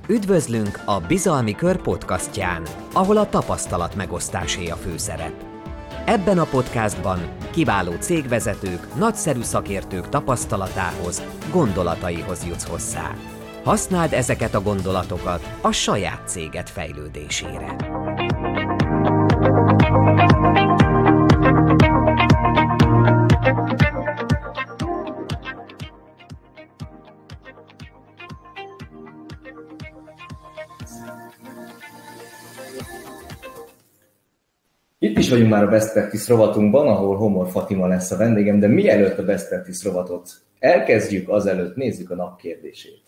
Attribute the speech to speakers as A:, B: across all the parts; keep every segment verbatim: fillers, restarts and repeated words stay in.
A: Üdvözlünk a Bizalmi Kör podcastján, ahol a tapasztalat megosztásé a főszerep. Ebben a podcastban kiváló cégvezetők, nagyszerű szakértők tapasztalatához, gondolataihoz jutsz hozzá. Használd ezeket a gondolatokat a saját céged fejlődésére.
B: Itt is vagyunk már a Best Practice rovatunkban, ahol Homor Fatima lesz a vendégem, de mielőtt a Best Practice rovatot elkezdjük, azelőtt nézzük a nap kérdését.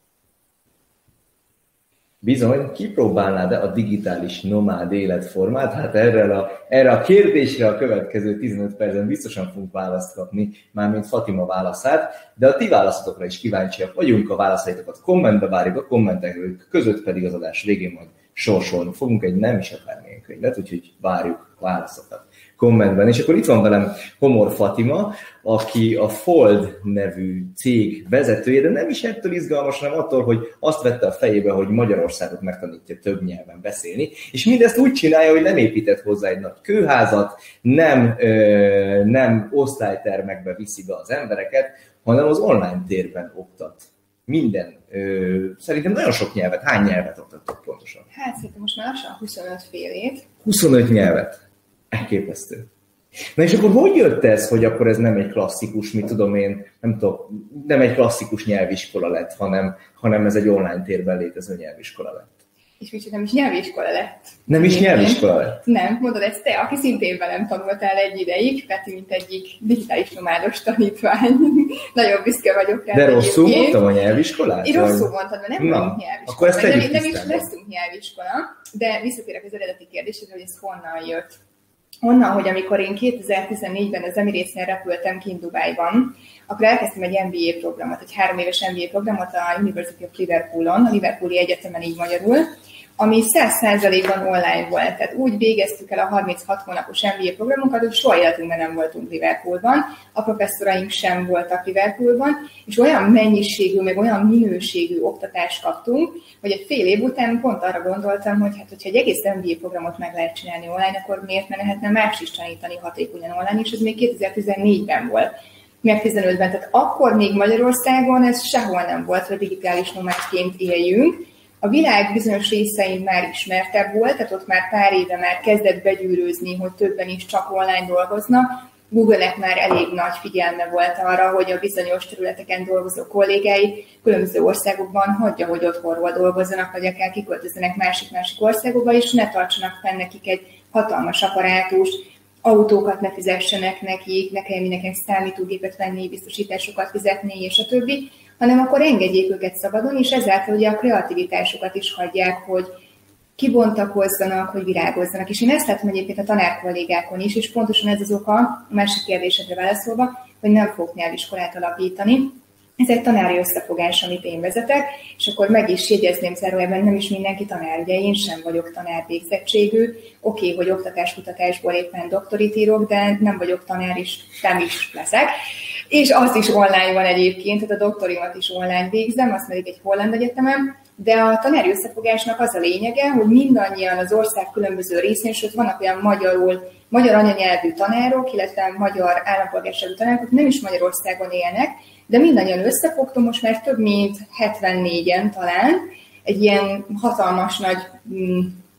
B: Bizony, kipróbálnád-e a digitális nomád életformát? Hát erre a, erre a kérdésre a következő tizenöt percben biztosan fogunk választ kapni, mármint Fatima válaszát, de a ti válaszatokra is kíváncsiak vagyunk, a válaszaitokat kommentbe várjuk, a kommentek között pedig az adás végén majd sorsolni fogunk egy nem is akármilyen könyvet, úgyhogy várjuk a válaszokat kommentben. És akkor itt van velem Homor Fatima, aki a Fold nevű cég vezetője, de nem is ettől izgalmas, hanem attól, hogy azt vette a fejébe, hogy Magyarországot megtanítja több nyelven beszélni, és mindezt úgy csinálja, hogy nem épített hozzá egy nagy kőházat, nem, ö, nem osztálytermekbe viszi be az embereket, hanem az online térben oktat. Minden. Ö, szerintem nagyon sok nyelvet. Hány nyelvet oktattok pontosan?
C: Hát szerintem most már lassan huszonöt félét.
B: huszonöt nyelvet. Elképesztő. Na és akkor hogy jött ez, hogy akkor ez nem egy klasszikus, mit tudom én, nem tudom, nem egy klasszikus nyelviskola lett, hanem, hanem ez egy online térben létező nyelviskola lett?
C: És micsoda, nem is nyelviskola lett.
B: Nem is nyelviskola lett?
C: Nem, mondod, ez te, aki szintén velem tanultál egy ideig, Peti, mint egyik digitális nomádos tanítvány. Nagyon büszke vagyok rá.
B: De rosszul mondtam a nyelviskolát?
C: Én rosszul mondtam, de nem vagyunk nyelviskola.
B: Akkor ezt
C: nem, nem is leszünk nyelviskola, de visszatérek az eredeti kérdésre, hogy ez honnan jött. Onnan, hogy amikor én kétezer-tizennégyben az Emirates-nél repültem kint Dubájban, akkor elkezdtem egy em bé á programot, egy három éves em bé á programot a University of Liverpoolon, a Liverpooli Egyetemen így magyarul, ami száz százalékban online volt. Tehát úgy végeztük el a harminchat hónapos em bé á programunkat, hogy soha életünkben nem voltunk Liverpoolban, a professzoraink sem voltak Liverpoolban, és olyan mennyiségű, meg olyan minőségű oktatást kaptunk, hogy egy fél év után pont arra gondoltam, hogy hát, hogyha egy egész em bé á programot meg lehet csinálni online, akkor miért ne lehetne más is tanítani hatékonyan online, és ez még kétezer-tizennégyben volt. Meg tizenötben, tehát akkor még Magyarországon ez sehol nem volt, hogy digitális nomádként éljünk. A világ bizonyos részein már ismertebb volt, tehát ott már pár éve már kezdett begyűrűzni, hogy többen is csak online dolgoznak. Google-nek már elég nagy figyelme volt arra, hogy a bizonyos területeken dolgozó kollégái különböző országokban hagyja, hogy otthonról dolgozzanak, vagy akár kiköltözzenek másik-másik országokba, és ne tartsanak fenn nekik egy hatalmas apparátus, autókat ne fizessenek nekik, ne kelljen mindenkinek számítógépet venni, biztosításokat fizetni, és a többi, hanem akkor engedjék őket szabadon, és ezáltal ugye a kreativitásukat is hagyják, hogy kibontakozzanak, hogy virágozzanak. És én ezt látom egyébként a tanárkollégákon is, és pontosan ez az oka, a másik kérdésedre válaszolva, hogy nem fogok nyelviskolát alapítani. Ez egy tanári összefogás, amit én vezetek, és akkor meg is jegyezném zárójelben, nem is mindenki tanár, ugye én sem vagyok tanár végzettségű, oké, okay, hogy oktatáskutatásból éppen doktorit írok, de nem vagyok tanár is, nem is leszek. És az is online van egyébként, tehát a doktorimat is online végzem, azt pedig egy holland egyetemen, de a tanári összefogásnak az a lényege, hogy mindannyian az ország különböző részén, sőt vannak olyan magyarul, magyar anyanyelvű tanárok, illetve magyar állampolgárságú tanárok, akik nem is Magyarországon élnek, de mindannyian összefogtunk, most már több mint hetvennégyen talán, egy ilyen hatalmas nagy mm,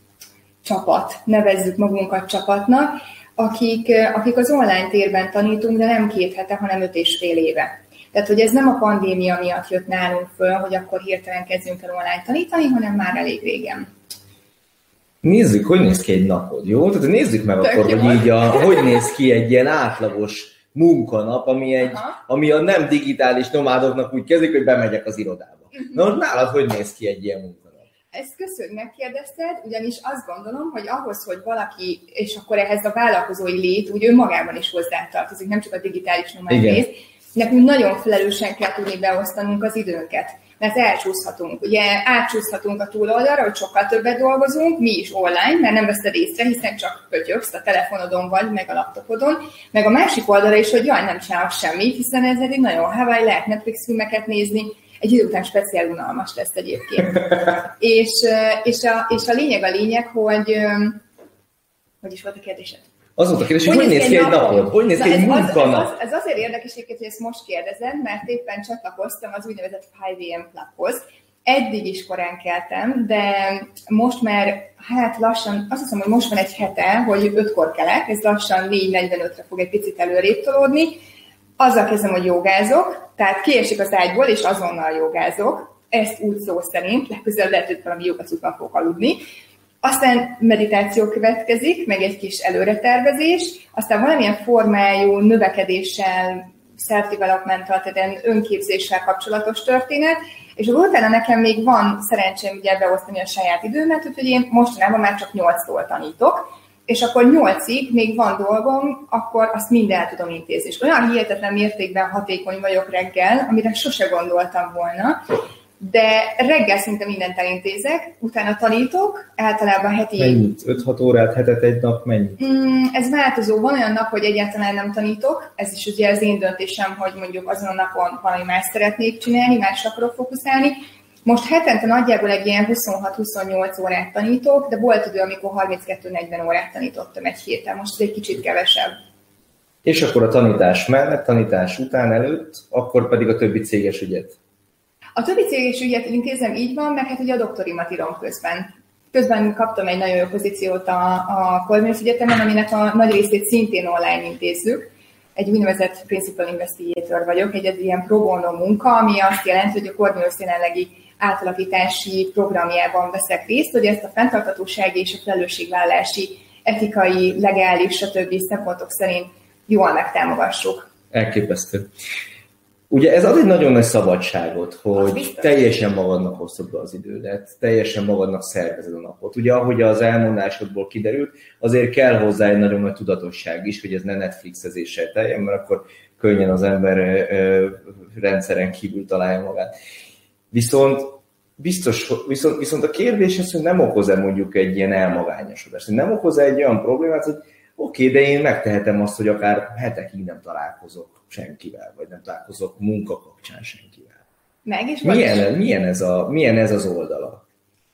C: csapat, nevezzük magunkat csapatnak, akik, akik az online térben tanítunk, de nem két hete, hanem öt és fél éve. Tehát, hogy ez nem a pandémia miatt jött nálunk föl, hogy akkor hirtelen kezdjünk el online tanítani, hanem már elég régen.
B: Nézzük, hogy néz ki egy napod, jó? Tehát nézzük meg akkor, hogy így a, hogy néz ki egy ilyen átlagos munkanap, ami, egy, ami a nem digitális nomádoknak úgy kezdik, hogy bemegyek az irodába. Uh-huh. Na, nálad hogy néz ki egy ilyen munkanap?
C: Ezt köszönöm, megkérdezted, ugyanis azt gondolom, hogy ahhoz, hogy valaki, és akkor ehhez a vállalkozói lét, úgy ő magában is hozzátartozik, nem csak a digitális nomád rész, nekünk nagyon felelősen kell tudni beosztanunk az időnket, mert elcsúszhatunk. Ugye átcsúszhatunk a túloldalra, hogy sokkal többet dolgozunk, mi is online, mert nem veszed észre, hiszen csak pötyöksz a telefonodon vagy, meg a laptopodon, meg a másik oldalra is, hogy jaj, nem csinálok semmit, hiszen ez egy nagyon Hawaii, lehet Netflix filmeket nézni, egy idő után speciál unalmas lesz egyébként. és, és, a, és a lényeg a lényeg, hogy... Hogy is volt a kérdésed?
B: Az volt a kérdés, hogy hogy néz ki egy napod? Hogy néz ki egy munkanap?
C: Az, az, ez azért érdekes, hogy ezt most kérdezed, mert éppen csatlakoztam az úgynevezett öt a.m. Clubhoz. Eddig is korán keltem, de most már, hát lassan, azt hiszem, hogy most van egy hete, hogy ötkor kelek, ez lassan négy negyvenötre fog egy picit előrébb tolódni. Azzal kezdem, hogy jogázok, tehát kiesik az ágyból, és azonnal jogázok. Ezt úgy szó szerint, legközelebb lehet, hogy valami jogacutban fogok aludni. Aztán meditáció következik, meg egy kis előretervezés, aztán valamilyen formájú növekedéssel, self-developmental, tehát önképzéssel kapcsolatos történet, és utána nekem még van szerencsém ugye beosztani a saját időmet, úgyhogy én mostanában már csak nyolctól tanítok, és akkor nyolcig még van dolgom, akkor azt mind el tudom intézni. És olyan hihetetlen mértékben hatékony vagyok reggel, amire sose gondoltam volna, de reggel szinte mindent elintézek, utána tanítok, általában heti...
B: Mennyit? öt-hat órát, hetet egy nap, mennyit?
C: Mm, ez változó. Van olyan nap, hogy egyáltalán nem tanítok, ez is ugye az én döntésem, hogy mondjuk azon a napon valami más szeretnék csinálni, másra akarok fókuszálni. Most hetente nagyjából egy ilyen huszonhat-huszonnyolc órát tanítok, de volt idő, amikor harminckettő-negyven órát tanítottam egy héten, most ez egy kicsit kevesebb.
B: És akkor a tanítás mellett, tanítás után, előtt, akkor pedig a többi céges ügyet?
C: A többi céges ügyet intézem, így van, meg hát ugye a doktorimat írom közben. Közben kaptam egy nagyon jó pozíciót a, a Corvinus Egyetemen, aminek a nagy részét szintén online intézzük. Egy úgynevezett Principal Investigator vagyok, egy, egy ilyen pro bono munka, ami azt jelenti, hogy a Corvinus jelenlegi átalakítási programjában veszek részt, hogy ezt a fenntarthatósági és a felelősségvállalási, etikai, legális, stb. Szempontok szerint jól megtámogassuk.
B: Elképesztő. Ugye ez ad egy nagyon nagy szabadságot, hogy teljesen magadnak hozod be az idődet, teljesen magadnak szervezed a napot. Ugye ahogy az elmondásodból kiderült, azért kell hozzá egy nagyon nagy tudatosság is, hogy ez ne Netflixezéssel teljen, mert akkor könnyen az ember ö, rendszeren kívül találja magát. Viszont, biztos, viszont, viszont a kérdés az, hogy nem okoz-e mondjuk egy ilyen elmagányosodást, nem okoz-e egy olyan problémát, hogy oké, okay, de én megtehetem azt, hogy akár hetekig nem találkozok senkivel, vagy nem találkozok munka kapcsán senkivel.
C: Meg is
B: milyen, milyen, ez a, milyen ez az oldala?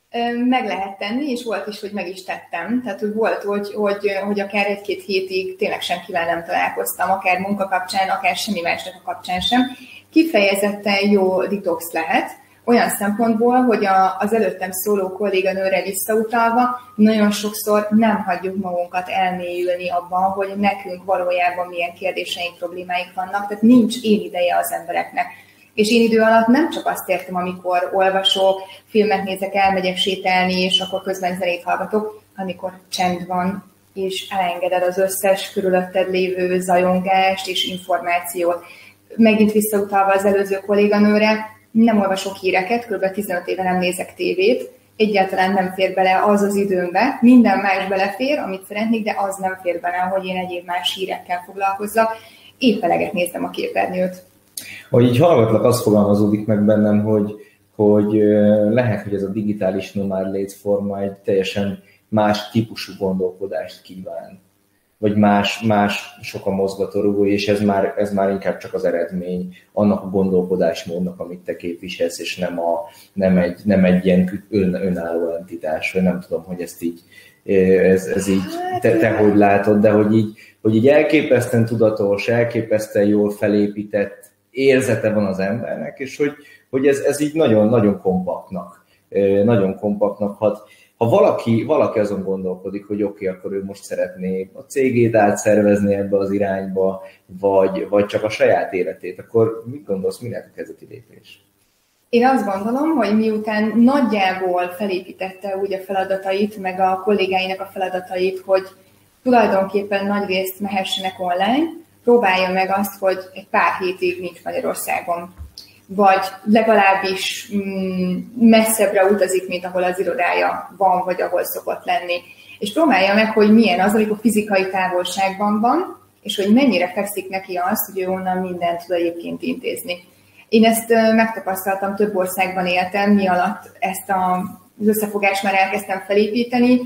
C: Meg lehet tenni, és volt is, hogy meg is tettem. Tehát hogy volt, hogy, hogy, hogy akár egy-két hétig tényleg senkivel nem találkoztam, akár munka kapcsán, akár semmi másnak a kapcsán sem. Kifejezetten jó detox lehet, olyan szempontból, hogy a, az előttem szóló kolléganőre visszautalva nagyon sokszor nem hagyjuk magunkat elmélyülni abban, hogy nekünk valójában milyen kérdéseink, problémáink vannak, tehát nincs én ideje az embereknek. És én idő alatt nem csak azt értem, amikor olvasok, filmet nézek, elmegyek sétálni, és akkor közben zenét hallgatok, amikor csend van, és elengeded az összes körülötted lévő zajongást és információt. Megint visszautalva az előző kolléganőre, nem olvasok híreket, kb. tizenöt éve nem nézek tévét, egyáltalán nem fér bele az az időmbe, minden más belefér, amit szeretnék, de az nem fér bele, hogy én egyéb más hírekkel foglalkozzak. Épp eleget néztem a képernyőt.
B: Ahogy így hallgatlak, az fogalmazódik meg bennem, hogy, hogy lehet, hogy ez a digitális nomád létforma egy teljesen más típusú gondolkodást kíván. Vagy más, más sok a mozgatórugó, és ez már, ez már inkább csak az eredmény annak a gondolkodásmódnak, amit te képviselsz, és nem, a, nem, egy, nem egy ilyen ön, önálló entitás, vagy nem tudom, hogy ezt így, ez, ez így te, te hogy látod, de hogy így, hogy így elképesztően tudatos, elképesztően jól felépített érzete van az embernek, és hogy, hogy ez, ez így nagyon, nagyon kompaktnak, nagyon kompaktnak hat. Ha valaki, valaki azon gondolkodik, hogy oké, okay, akkor ő most szeretné a cégét átszervezni ebbe az irányba, vagy, vagy csak a saját életét, akkor mit gondolsz, mi lehet a kezdeti lépés?
C: Én azt gondolom, hogy miután nagyjából felépítette úgy a feladatait, meg a kollégáinak a feladatait, hogy tulajdonképpen nagy részt mehessenek online, próbálja meg azt, hogy egy pár hétig nincs Magyarországon, vagy legalábbis messzebbre utazik, mint ahol az irodája van, vagy ahol szokott lenni. És próbálja meg, hogy milyen az, amikor fizikai távolságban van, és hogy mennyire fekszik neki az, hogy ő onnan mindent tud egyébként intézni. Én ezt megtapasztaltam, több országban éltem, mi alatt ezt az összefogást már elkezdtem felépíteni,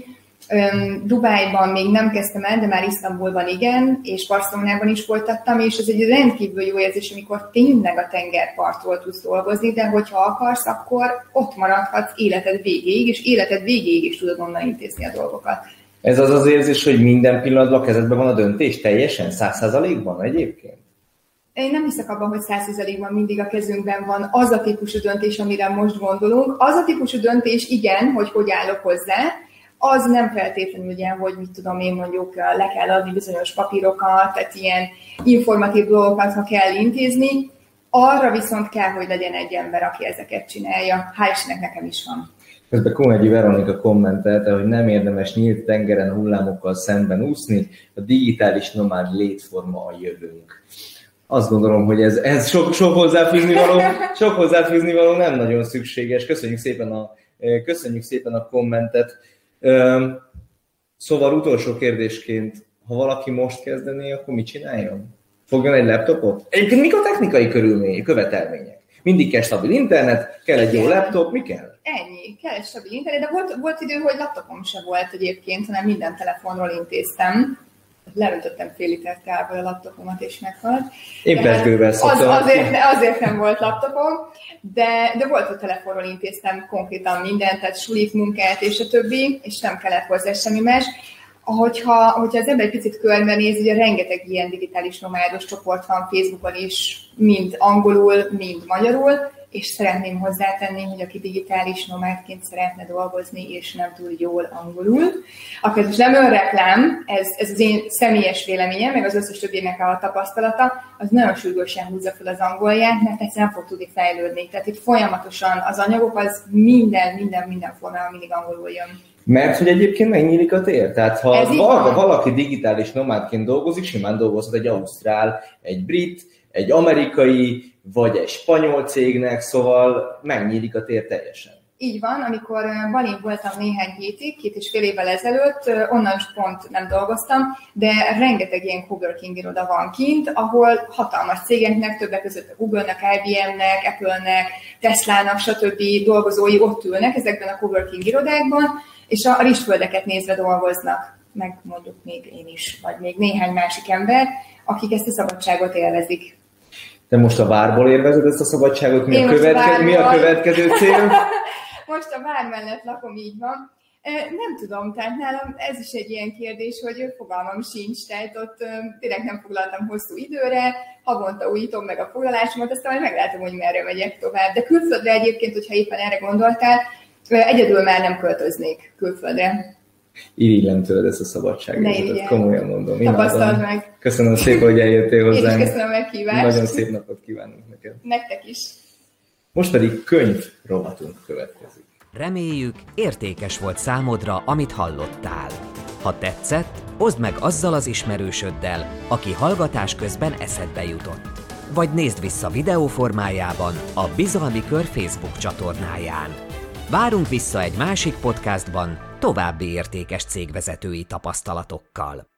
C: Dubájban még nem kezdtem el, de már Isztambulban igen, és Barcelonában is folytattam, és ez egy rendkívül jó érzés, amikor tényleg a tengerpartról tudsz dolgozni, de hogyha akarsz, akkor ott maradhatsz életed végéig, és életed végéig is tudod onnan intézni a dolgokat.
B: Ez az az érzés, hogy minden pillanatban a kezedben van a döntés, teljesen, száz százalékban egyébként?
C: Én nem hiszek abban, hogy száz százalékban mindig a kezünkben van az a típusú döntés, amire most gondolunk. Az a típusú döntés, igen, hogy hogy állok hozzá, az nem feltétlenül ugye, hogy mit tudom én mondjuk le kell adni bizonyos papírokat, tehát ilyen informatív dolgokat, ha kell intézni, arra viszont kell, hogy legyen egy ember, aki ezeket csinálja. Hál' Istennek nekem is van.
B: Közben Kunhegyi Veronika kommentelte, hogy nem érdemes nyílt tengeren hullámokkal szemben úszni, a digitális nomád létforma a jövőnk. Azt gondolom, hogy ez, ez sok, sok, hozzáfűzni való, sok hozzáfűzni való nem nagyon szükséges. Köszönjük szépen a, köszönjük szépen a kommentet. Szóval utolsó kérdésként, ha valaki most kezdené, akkor mit csináljon? Fogjon egy laptopot? Egyébként mik a technikai körülmények, követelmények? Mindig kell stabil internet, kell egy jó laptop, mi kell?
C: Ennyi, kell egy stabil internet, de volt, volt idő, hogy laptopom se volt egyébként, hanem minden telefonról intéztem. Leöntöttem fél liter teából a laptopomat, és meghalt.
B: Én pezgővel szoktam.
C: Az, azért, azért nem volt laptopom, de, de volt, hogy telefonról intéztem konkrétan mindent, tehát sulit, munkát és a többi, és nem kellett hozzá semmi más. Hogyha, hogyha az ember egy picit körbenéz, ugye rengeteg ilyen digitális nomádos csoport van Facebookon is, mind angolul, mind magyarul, és szeretném hozzátenni, hogy aki digitális nomádként szeretne dolgozni, és nem tud jól angolul, akkor ez nem önreklám, ez, ez az én személyes véleményem, meg az összes többinek a tapasztalata, az nagyon sürgősen húzza fel az angolját, mert egyszerűen nem fog tudni fejlődni. Tehát itt folyamatosan az anyagok, az minden, minden, minden formában mindig angolul jön.
B: Mert hogy egyébként megnyílik a tér. Tehát ha valaki, valaki digitális nomádként dolgozik, simán dolgozhat egy ausztrál, egy brit, egy amerikai, vagy egy spanyol cégnek, szóval megnyílik a tér teljesen.
C: Így van, amikor Balin voltam néhány hétig, két és fél évvel ezelőtt, onnan pont nem dolgoztam, de rengeteg ilyen coworking iroda van kint, ahol hatalmas cégeknek, többek között a Google-nek, I B M-nek, Apple-nek, Tesla-nak, stb. Dolgozói ott ülnek ezekben a coworking irodákban, és a rizsföldeket nézve dolgoznak, meg mondjuk még én is, vagy még néhány másik ember, akik ezt a szabadságot élvezik.
B: Te most a várból élvezed ezt a szabadságot? Mi, a, követke- mi a következő cél?
C: Most a vár mellett lakom, így van. Nem tudom, tehát nálam ez is egy ilyen kérdés, hogy fogalmam sincs, tehát ott tényleg nem foglaltam hosszú időre, havonta újítom meg a foglalásomat, aztán majd meglátom, hogy merre megyek tovább. De külföldre egyébként, hogyha éppen erre gondoltál, egyedül már nem költöznék külföldre.
B: Irigylem tőled ezt a szabadságot, komolyan mondom.
C: Tapasztald meg.
B: Köszönöm szépen, hogy eljöttél hozzánk.
C: Én is köszönöm a meghívást.
B: Nagyon szép napot kívánunk neked.
C: Nektek is.
B: Most pedig könyv rovatunk következik.
A: Reméljük, értékes volt számodra, amit hallottál. Ha tetszett, oszd meg azzal az ismerősöddel, aki hallgatás közben eszedbe jutott. Vagy nézd vissza videó formájában a Bizalmi Kör Facebook csatornáján. Várunk vissza egy másik podcastban további értékes cégvezetői tapasztalatokkal.